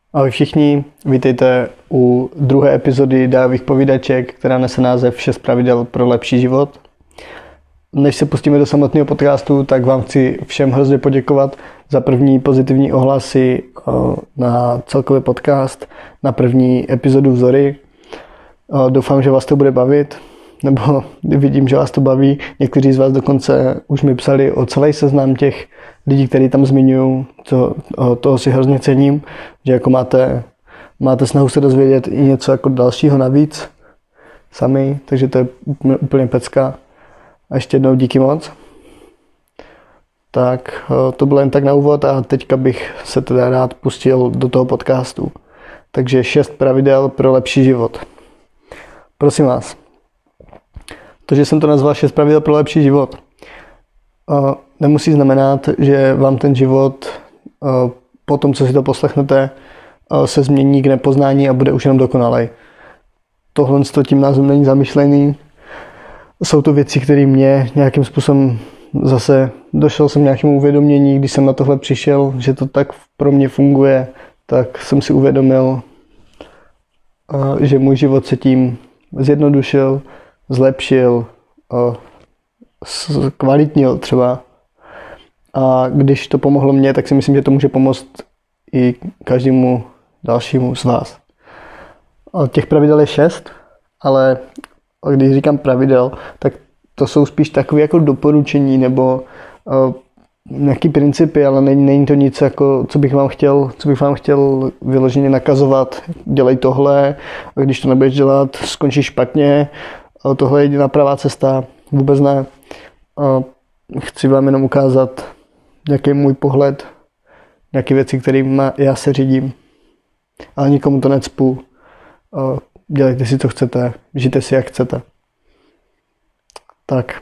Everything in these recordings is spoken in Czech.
Ahoj všichni, vítejte u druhé epizody Dávých povídaček, která nese název 6 pravidel pro lepší život. Než se pustíme do samotného podcastu, tak vám chci všem hrozně poděkovat za první pozitivní ohlasy na celkový podcast, na první epizodu Vzory. Doufám, že vás to bude bavit, nebo vidím, že vás to baví. Někteří z vás dokonce už mi psali o celý seznam těch lidí, který tam zmiňují, toho si hrozně cením, že jako máte snahu se dozvědět i něco jako dalšího navíc sami, takže to je úplně pecka. A ještě jednou díky moc. Tak to bylo jen tak na úvod a teďka bych se teda rád pustil do toho podcastu. Takže 6 pravidel pro lepší život. Prosím vás. To, že jsem to nazval 6 pravidel pro lepší život, nemusí znamenat, že vám ten život po tom, co si to poslechnete, se změní k nepoznání a bude už jenom dokonalej. Tohle tím názvem není zamýšlený. Jsou to věci, které mě nějakým způsobem zase došel jsem nějakému uvědomění, když jsem na tohle přišel, že to tak pro mě funguje, tak jsem si uvědomil, že můj život se tím zjednodušil, zlepšil, zkvalitnil třeba. A když to pomohlo mně, tak si myslím, že to může pomoct i každému dalšímu z vás. Těch pravidel je 6, ale když říkám pravidel, tak to jsou spíš takové jako doporučení nebo nějaký principy, ale není to nic, jako, co bych vám chtěl vyloženě nakazovat. Dělej tohle a když to nebudeš dělat, skončíš špatně. Tohle je jediná pravá cesta. Vůbec ne. Chci vám jenom ukázat, jaký je můj pohled, nějaké věci, kterými já se řídím. Ale nikomu to necpu. Dělejte si, co chcete. Žijte si, jak chcete. Tak.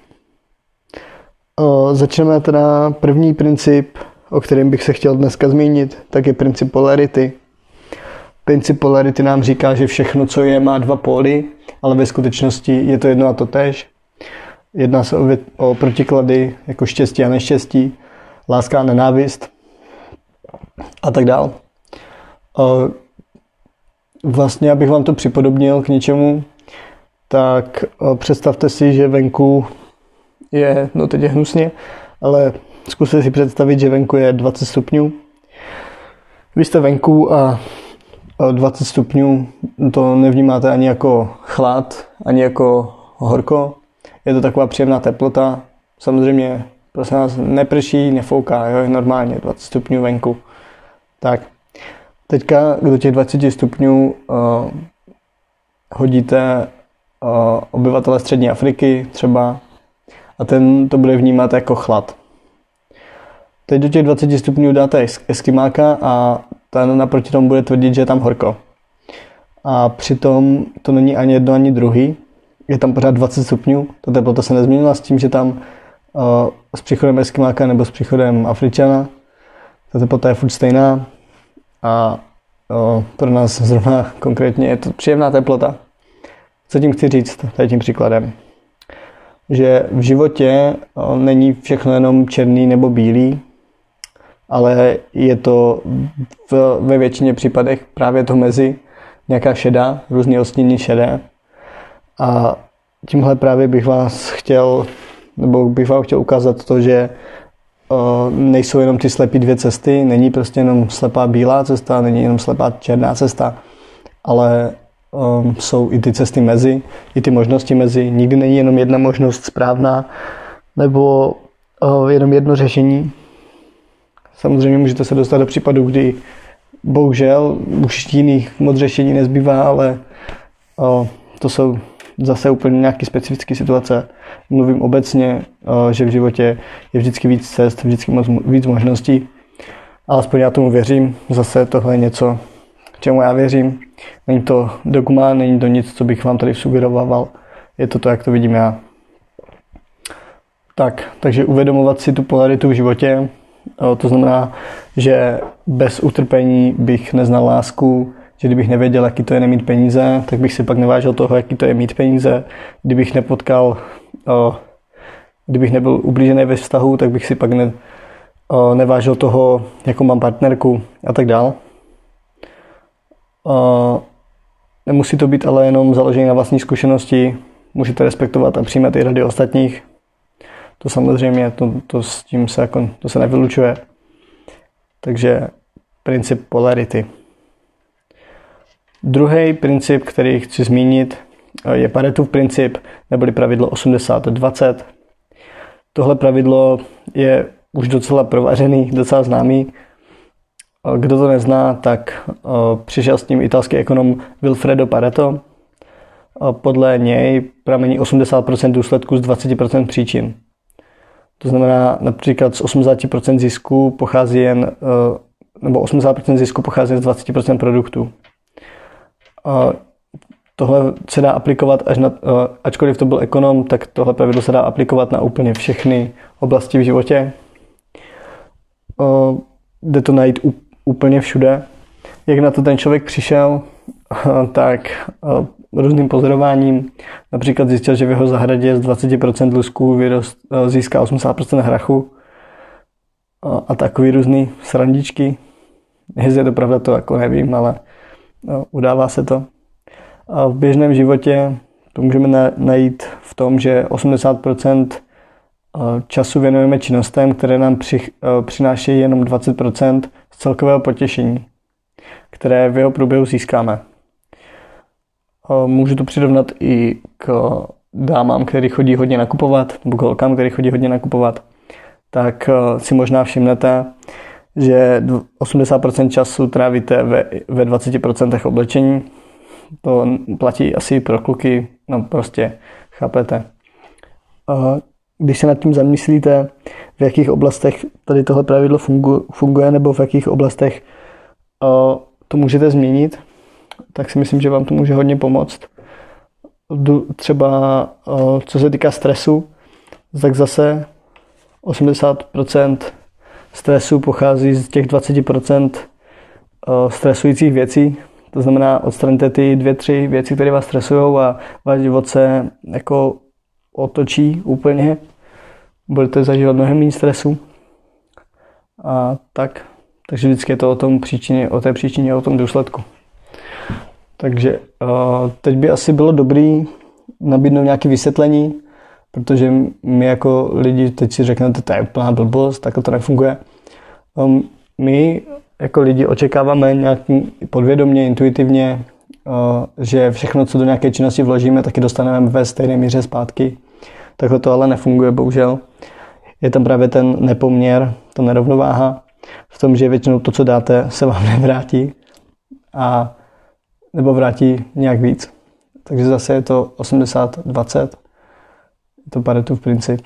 Začneme teda první princip, o kterém bych se chtěl dneska zmínit, tak je princip polarity. Princip polarity nám říká, že všechno, co je, má dva póly, ale ve skutečnosti je to jedno a to též. Jedná se o protiklady jako štěstí a neštěstí, láska a nenávist a tak dál. Vlastně, abych vám to připodobnil k něčemu, tak představte si, že venku je, no teď je hnusně, ale zkuste si představit, že venku je 20 stupňů. Vy jste venku a 20 stupňů to nevnímáte ani jako chlad, ani jako horko. Je to taková příjemná teplota. Samozřejmě, prosím vás, neprší, nefouká, jo, je normálně 20 stupňů venku. Tak, teďka do těch 20 stupňů hodíte obyvatele střední Afriky třeba a ten to bude vnímat jako chlad. Teď do těch 20 stupňů dáte eskimáka a ten naproti tomu bude tvrdit, že je tam horko. A přitom to není ani jedno, ani druhý. Je tam pořád 20 stupňů, ta teplota se nezměnila s tím, že tam s příchodem eskimáka nebo s příchodem Afričana ta teplota je furt stejná a pro nás zrovna konkrétně je to příjemná teplota. Co tím chci říct tady tím příkladem? Že v životě není všechno jenom černý nebo bílý, ale je to ve většině případech právě to mezi nějaká šedá, různý odstíny šedé. A tímhle právě bych vám chtěl ukázat to, že nejsou jenom ty slepý dvě cesty, není prostě jenom slepá bílá cesta, není jenom slepá černá cesta, ale jsou i ty cesty mezi, i ty možnosti mezi. Nikdy není jenom jedna možnost správná, nebo jenom jedno řešení. Samozřejmě můžete se dostat do případu, kdy bohužel už jiných moc řešení nezbývá, ale to jsou zase úplně nějaké specifické situace. Mluvím obecně, že v životě je vždycky víc cest, vždycky víc možností. Alespoň já tomu věřím. Zase tohle je něco, čemu já věřím. Není to dogma, není to nic, co bych vám tady sugeroval. Je to, jak to vidím já. Takže uvědomovat si tu polaritu v životě, to znamená, že bez utrpení bych neznal lásku, že kdybych nevěděl, jaký to je nemít peníze, tak bych si pak nevážil toho, jaký to je mít peníze. Kdybych nebyl ublížený ve vztahu, tak bych si pak nevážil toho, jakou mám partnerku a tak dál. Nemusí to být ale jenom založené na vlastní zkušenosti, můžete respektovat a přijímat i rady ostatních. To samozřejmě, to s tím se, to se nevylučuje. Takže princip polarity. Druhý princip, který chci zmínit, je Paretův princip, neboli pravidlo 80-20. Tohle pravidlo je už docela provařený, docela známý. Kdo to nezná, tak přišel s tím italský ekonom Vilfredo Pareto. Podle něj pramení 80% důsledků z 20% příčin. To znamená, například z 80% zisku pochází jen, nebo 80% zisku pochází z 20% produktů. Tohle se dá aplikovat ačkoliv to byl ekonom, tak tohle pravidlo se dá aplikovat na úplně všechny oblasti v životě. Jde to najít úplně všude. Jak na to ten člověk přišel, tak různým pozorováním. Například zjistil, že v jeho zahradě z 20% lusků získá 80% hrachu a takový různý srandičky. Jestli je to pravda, to jako nevím, ale udává se to. A v běžném životě to můžeme najít v tom, že 80% času věnujeme činnostem, které nám přinášejí jenom 20% z celkového potěšení, které v jeho průběhu získáme. Můžu to přirovnat i k dámám, který chodí hodně nakupovat, nebo k holkám, který chodí hodně nakupovat. Tak si možná všimnete, že 80% času trávíte ve 20% oblečení. To platí asi pro kluky, no prostě, chápete. Když se nad tím zamyslíte, v jakých oblastech tady tohle pravidlo funguje, nebo v jakých oblastech to můžete změnit, tak si myslím, že vám to může hodně pomoct. Třeba co se týká stresu, tak zase 80% stresu pochází z těch 20% stresujících věcí. To znamená, odstraňte ty 2-3 věci, které vás stresují a váš život se jako otočí úplně. Budete zažívat mnohem méně stresu. A tak. Takže vždycky je to o té příčině, o tom důsledku. Takže teď by asi bylo dobrý nabídnout nějaké vysvětlení, protože my jako lidi, teď si řeknete, to je úplná blbost, takhle to nefunguje. My jako lidi očekáváme nějaký podvědomě, intuitivně, že všechno, co do nějaké činnosti vložíme, taky dostaneme ve stejné míře zpátky. Takhle to ale nefunguje, bohužel. Je tam právě ten nepoměr, ta nerovnováha v tom, že většinou to, co dáte, se vám nevrátí nebo vrátí nějak víc. Takže zase je to 80-20. Je to Paretův princip.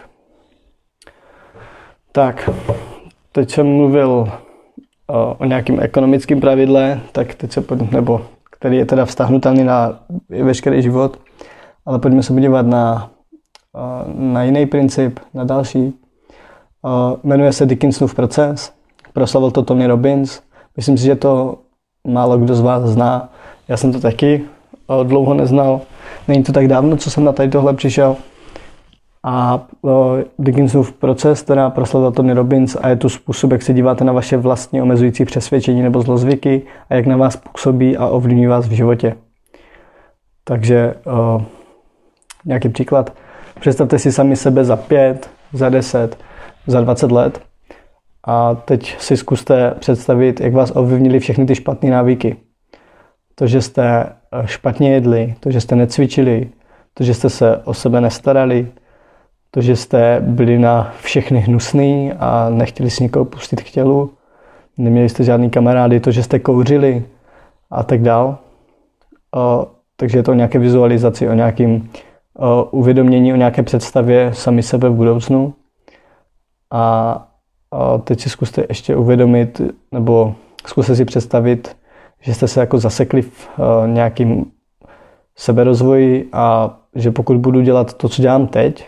Tak, teď jsem mluvil o nějakém ekonomickém pravidle, tak teď se nebo který je teda vztahnutelný na veškerý život, ale pojďme se podívat na jiný princip, na další. Jmenuje se Dickinsonův proces, proslavil to Tony Robbins. Myslím si, že to málo kdo z vás zná. Já jsem to taky dlouho neznal. Není to tak dávno, co jsem na tady tohle přišel. A Dickinsonův proces teda proslavil Tony Robbins a je to způsob, jak se díváte na vaše vlastní omezující přesvědčení nebo zlozvyky a jak na vás působí a ovlivní vás v životě. Takže nějaký příklad. Představte si sami sebe za 5, za 10, za 20 let a teď si zkuste představit, jak vás ovlivnily všechny ty špatné návyky. To, že jste špatně jedli, to, že jste necvičili, to, že jste se o sebe nestarali, to, že jste byli na všechny hnusný a nechtěli si nikoho pustit k tělu, neměli jste žádný kamarády, to, že jste kouřili a tak dál. Takže je to o nějaké vizualizaci, o nějakém uvědomění, o nějaké představě sami sebe v budoucnu. A teď si zkuste ještě uvědomit, nebo zkuste si představit, že jste se jako zasekli v nějakým seberozvoji a že pokud budu dělat to, co dělám teď,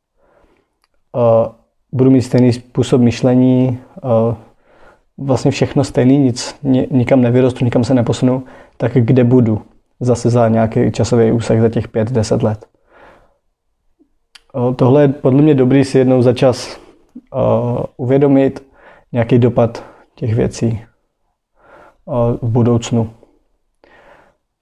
budu mít stejný způsob myšlení, vlastně všechno stejný, nikam nevyrostu, nikam se neposunu, tak kde budu zase za nějaký časový úsek za těch 5-10 let. Tohle je podle mě dobrý si jednou za čas uvědomit nějaký dopad těch věcí v budoucnu.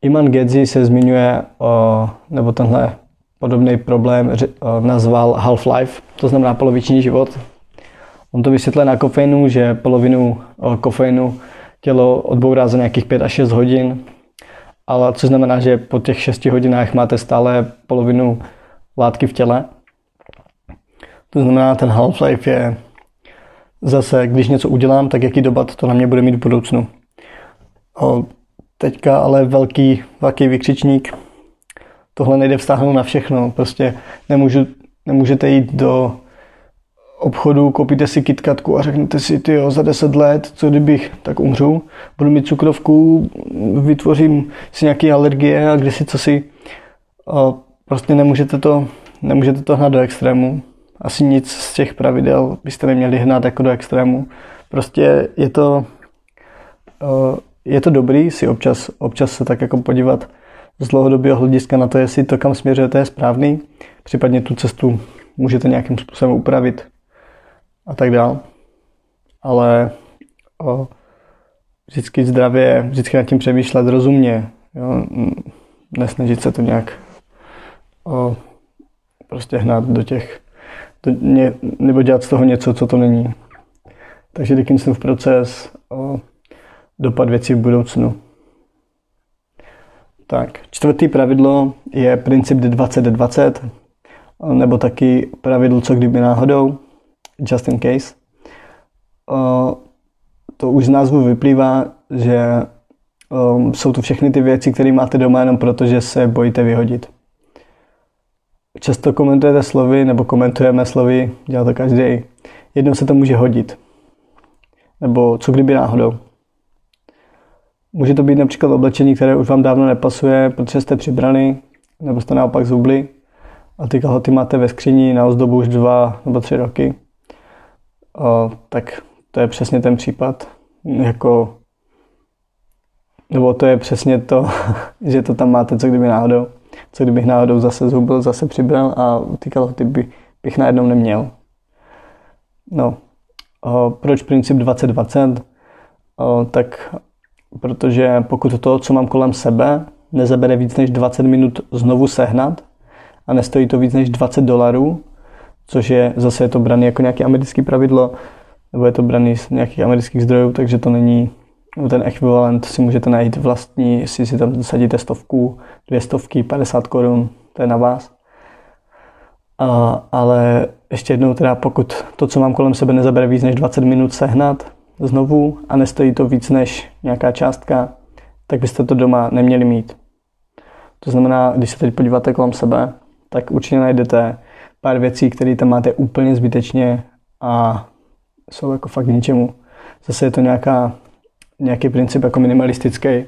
Iman Gadzhi se zmiňuje, nebo tenhle podobný problém nazval half-life, to znamená poloviční život. On to vysvětluje na kofeinu, že polovinu kofeinu tělo odbourá za nějakých 5 až 6 hodin, ale což znamená, že po těch 6 hodinách máte stále polovinu látky v těle. To znamená, ten half-life je zase, když něco udělám, tak jaký dopad to na mě bude mít v budoucnu. Teďka ale velký vykřičník. Tohle nejde vztáhnout na všechno. Prostě nemůžete jít do obchodu, koupíte si KitKatku a řeknete si, tyjo, za 10 let, co kdybych, tak umřu, budu mít cukrovku, vytvořím si nějaké alergie a kdysi co si. Prostě nemůžete to hnát do extrému. Asi nic z těch pravidel byste neměli hnát jako do extrému. Prostě je to dobrý si občas se tak jako podívat z dlouhodobého hlediska na to, jestli to, kam směřujete, je správný. Případně tu cestu můžete nějakým způsobem upravit a tak dál. Ale vždycky zdravě, vždycky nad tím přemýšlet rozumně. Jo? Nesnažit se to nějak prostě hnát nebo dělat z toho něco, co to není. Takže Dickinsonův proces, dopad věcí v budoucnu. Tak, 4. pravidlo je princip 20-20, nebo taky pravidlo co kdyby náhodou, just in case. To už z názvu vyplývá, že jsou to všechny ty věci, které máte doma jenom proto, že se bojíte vyhodit. Často komentujete slovy, nebo komentujeme slovy, dělá to každý. Jednou se to může hodit. Nebo co kdyby náhodou. Může to být například oblečení, které už vám dávno nepasuje, protože jste přibrali, nebo jste naopak zhubli a ty kalhoty máte ve skříni na ozdobu už 2 nebo 3 roky. Tak to je přesně ten případ. Nebo to je přesně to, že to tam máte, co kdyby náhodou. Co kdybych náhodou zase zhubil, zase přibral a ty kalhoty bych najednou neměl. No. Proč princip 20-20? Tak protože pokud to, co mám kolem sebe, nezabere víc než 20 minut znovu sehnat a nestojí to víc než $20, což je zase to braný jako nějaké americké pravidlo, nebo je to braný z nějakých amerických zdrojů, takže to není ten ekvivalent, si můžete najít vlastní, jestli si tam zasadíte 100, 200, 50 korun, to je na vás. Ale ještě jednou teda, pokud to, co mám kolem sebe, nezabere víc než 20 minut sehnat znovu a nestojí to víc než nějaká částka, tak byste to doma neměli mít. To znamená, když se teď podíváte kolem sebe, tak určitě najdete pár věcí, které tam máte úplně zbytečně a jsou jako fakt k ničemu. Zase je to nějaký princip jako minimalistický,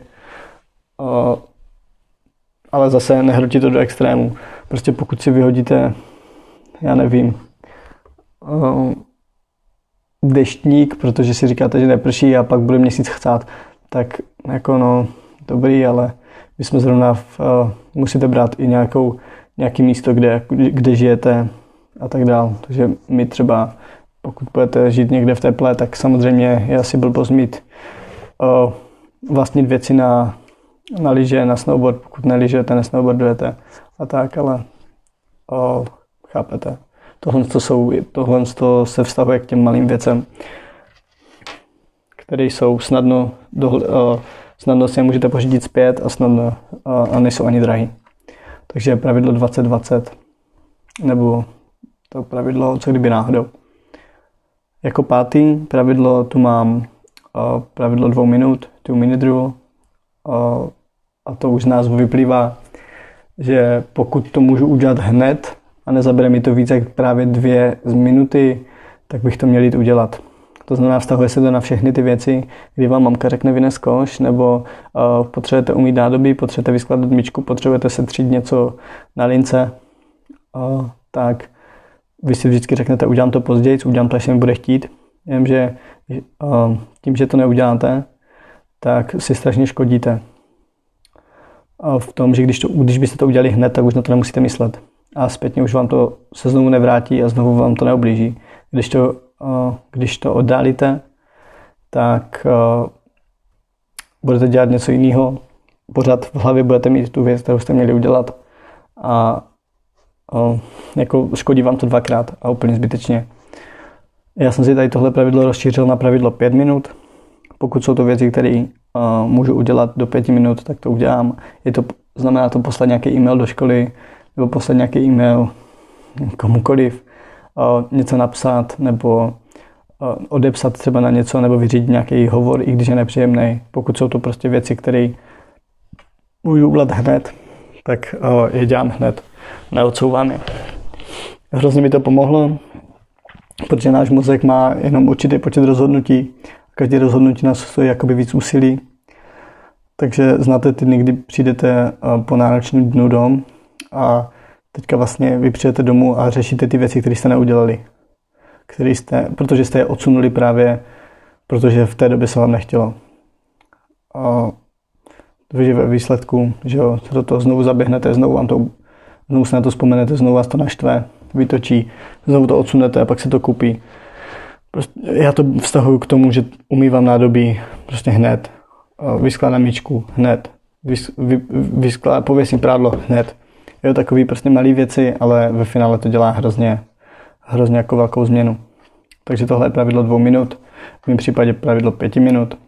ale zase nehrotí to do extrému. Prostě pokud si vyhodíte, já nevím, deštník, protože si říkáte, že neprší a pak bude měsíc chcát, tak jako no, dobrý, ale my jsme zrovna musíte brát i nějaký místo, kde žijete a tak dál. Takže my třeba, pokud budete žít někde v teple, tak samozřejmě je asi blbost mít vlastnit věci na lyže, na snowboard, pokud nelyžujete, nesnowboardujete a tak, ale chápete. Tohle se vztahuje k těm malým věcem, které jsou snadno si je můžete pořídit zpět a nejsou ani drahý. Takže pravidlo 20-20 nebo to pravidlo co kdyby náhodou. Jako 5. pravidlo tu mám pravidlo 2 minut, 2-minute rule, a to už z názvu vyplývá, že pokud to můžu udělat hned a nezabere mi to více jak právě 2 minuty, tak bych to měl jít udělat. To znamená, vztahuje se to na všechny ty věci, kdy vám mamka řekne vynes koš, nebo potřebujete umýt nádobí, potřebujete vyskládat myčku, potřebujete se třít něco na lince, tak vy si vždycky řeknete, udělám to později, udělám to, až se mi bude chtít. Jenomže tím, že to neuděláte, tak si strašně škodíte. V tom, že když byste to udělali hned, tak už na to nemusíte myslet. A zpětně už vám to se znovu nevrátí a znovu vám to neublíží. Když to oddálíte, tak budete dělat něco jiného pořád v hlavě budete mít tu věc, kterou jste měli udělat a jako škodí vám to dvakrát a úplně zbytečně. Já jsem si tady tohle pravidlo rozšířil na pravidlo 5 minut. Pokud jsou to věci, které můžu udělat do 5 minut, tak to udělám. Znamená to poslat nějaký e-mail do školy nebo poslat nějaký e-mail komukoliv, něco napsat nebo odepsat třeba na něco nebo vyřídit nějaký hovor, i když je nepříjemný. Pokud jsou to prostě věci, které můžu udělat hned, tak je dělám hned. Neodsouvám je. Hrozně mi to pomohlo, protože náš mozek má jenom určitý počet rozhodnutí. Každé rozhodnutí nás stojí jakoby víc úsilí. Takže znáte ty dny, kdy přijdete po náročném dnu dom a teďka vlastně vy přijdete domů a řešíte ty věci, které jste neudělali. Protože jste je odsunuli právě, protože v té době se vám nechtělo. Takže ve výsledku, že jo, se do toho znovu zaběhnete, znovu se na to vzpomenete, znovu vás to naštve, vytočí, znovu to odsunete a pak se to kupí. Prostě já to vztahuji k tomu, že umývám nádobí prostě hned, vyskládám myčku hned, pověsím prádlo hned. Jo, takový prostě malý věci, ale ve finále to dělá hrozně jako velkou změnu. Takže tohle je pravidlo 2 minut, v mém případě pravidlo 5 minut.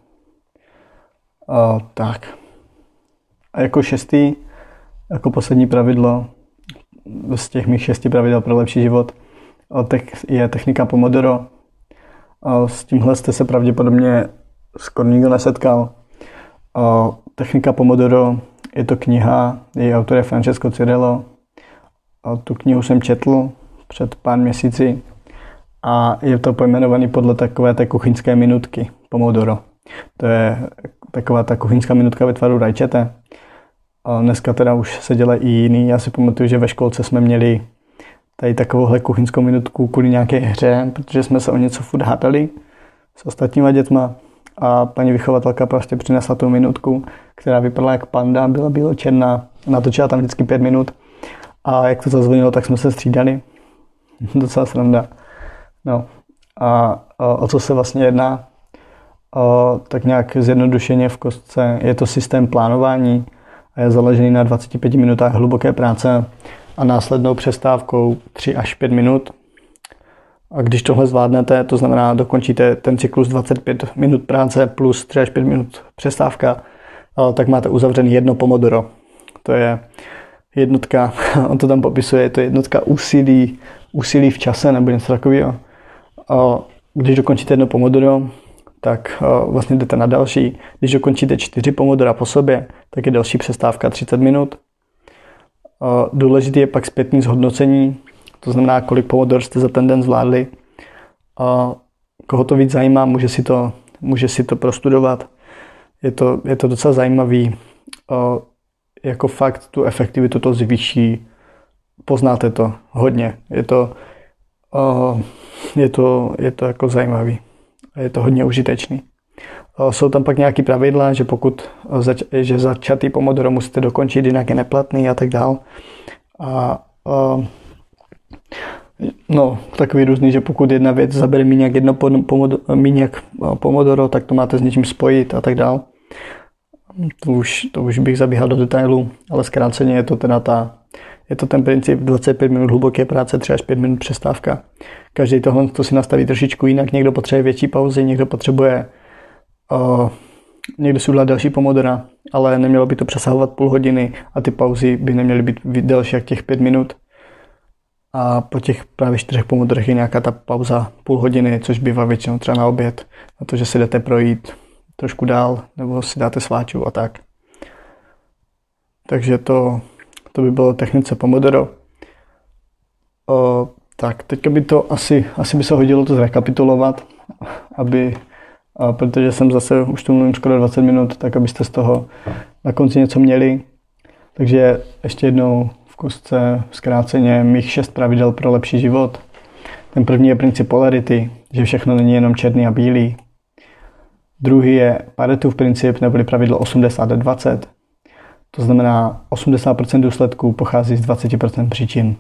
Tak. A jako 6. jako poslední pravidlo z těch mých 6 pravidel pro lepší život je technika Pomodoro. S tímhle jste se pravděpodobně skoro nikdo nesetkal. Technika Pomodoro je to kniha, její autor je Francesco Cirillo. Tu knihu jsem četl před pár měsíci a je to pojmenovaný podle takové té kuchyňské minutky Pomodoro. To je taková ta kuchyňská minutka ve tvaru rajčete. Dneska teda už se dělají i jiný. Já si pamatuju, že ve školce jsme měli tady takovouhle kuchyňskou minutku kvůli nějaké hře, protože jsme se o něco furt hádali s ostatníma dětma a paní vychovatelka prostě přinesla tu minutku, která vypadala jak panda, byla bíločerná, natočila tam vždycky 5 minut a jak to zazvonilo, tak jsme se střídali. Docela sranda. No. A o co se vlastně jedná? Tak nějak zjednodušeně v kostce je to systém plánování a je založený na 25 minutách hluboké práce a následnou přestávkou 3 až 5 minut. A když tohle zvládnete, to znamená dokončíte ten cyklus 25 minut práce plus 3 až 5 minut přestávka, tak máte uzavřený 1 Pomodoro. To je jednotka, on to tam popisuje, je to jednotka úsilí v čase nebo něco takového. Když dokončíte 1 Pomodoro, tak vlastně jdete na další. Když dokončíte 4 Pomodora po sobě, tak je další přestávka 30 minut. Důležité je pak zpětné zhodnocení, to znamená, kolik Pomodor jste za ten den zvládli. Koho to víc zajímá, může si to prostudovat. Je to docela zajímavý. Jako fakt tu efektivitu to zvýší. Poznáte to hodně. Je to jako zajímavý. A je to hodně užitečný. Jsou tam pak nějaké pravidla, že pokud že začatý Pomodoro musíte dokončit, jinak je neplatný a tak dál. No, takový různý, že pokud jedna věc zabere míň jak Pomodoro, tak to máte s něčím spojit a tak dál. To už bych zabíhal do detailu, ale zkráceně je to ten princip 25 minut hluboké práce, 3 až 5 minut přestávka. Každý tohle to si nastaví trošičku jinak, někdo potřebuje větší pauzy, někdo si udělá další Pomodora, ale nemělo by to přesahovat půl hodiny a ty pauzy by neměly být delší jak těch 5 minut. A po těch právě 4 Pomodorech je nějaká ta pauza půl hodiny, což bývá většinou třeba na oběd, na to, že si jdete projít trošku dál, nebo si dáte sváču a tak. Takže to by bylo technice Pomodoro. Tak, teďka by to asi by se hodilo to zrekapitulovat, protože jsem zase už tu mluvím skoro 20 minut, tak abyste z toho na konci něco měli. Takže ještě jednou v kostce zkráceně mých 6 pravidel pro lepší život. Ten první je princip polarity, že všechno není jenom černý a bílý. Druhý je Paretův princip, neboli pravidlo 80-20. To znamená, 80% důsledků pochází z 20% příčin.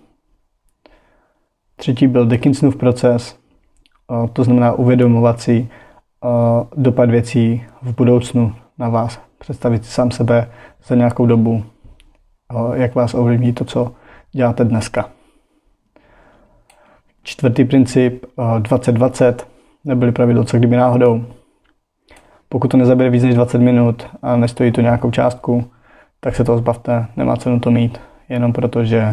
Třetí byl Dickinsonův proces, to znamená uvědomovat si dopad věcí v budoucnu na vás. Představit si sám sebe za nějakou dobu, jak vás ovlivní to, co děláte dneska. 4. princip 20-20, nebyly pravidlo, co kdyby náhodou. Pokud to nezabere víc než 20 minut a nestojí to nějakou částku, tak se toho zbavte, nemá cenu to mít, jenom protože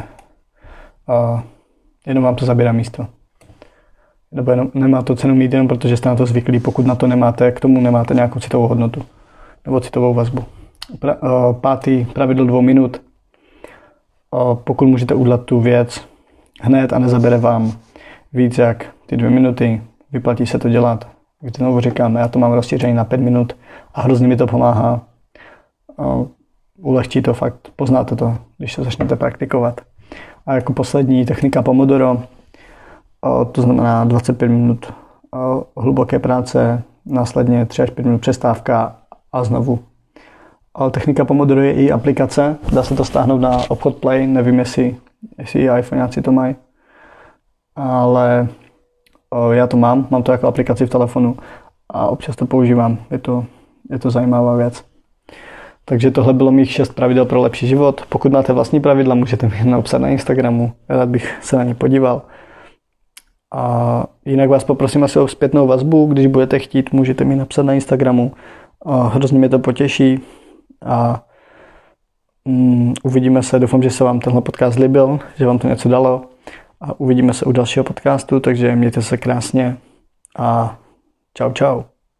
jenom vám to zabírá místo. Nebo nemá to cenu mít jenom protože jste na to zvyklí, pokud na to nemáte, k tomu nemáte nějakou citovou hodnotu nebo citovou vazbu. 5. pravidlo 2 minut. Pokud můžete udělat tu věc hned a nezabere vám víc jak ty 2 minuty, vyplatí se to dělat. Když znovu říkám, já to mám rozšířený na 5 minut a hrozně mi to pomáhá. Ulehčí to fakt, poznáte to, když to začnete praktikovat. A jako poslední technika Pomodoro, to znamená 25 minut hluboké práce, následně 3 až 5 minut přestávka a znovu. Technika Pomodoro je i aplikace, dá se to stáhnout na obchod Play, nevím, jestli i iPhoneáci to mají, ale já to mám to jako aplikaci v telefonu a občas to používám, je to zajímavá věc. Takže tohle bylo mých 6 pravidel pro lepší život. Pokud máte vlastní pravidla, můžete mi napsat na Instagramu, rád bych se na ně podíval. A jinak vás poprosím asi o zpětnou vazbu, když budete chtít, můžete mi napsat na Instagramu. Hrozně mě to potěší a uvidíme se, doufám, že se vám tenhle podcast líbil, že vám to něco dalo a uvidíme se u dalšího podcastu, takže mějte se krásně a čau.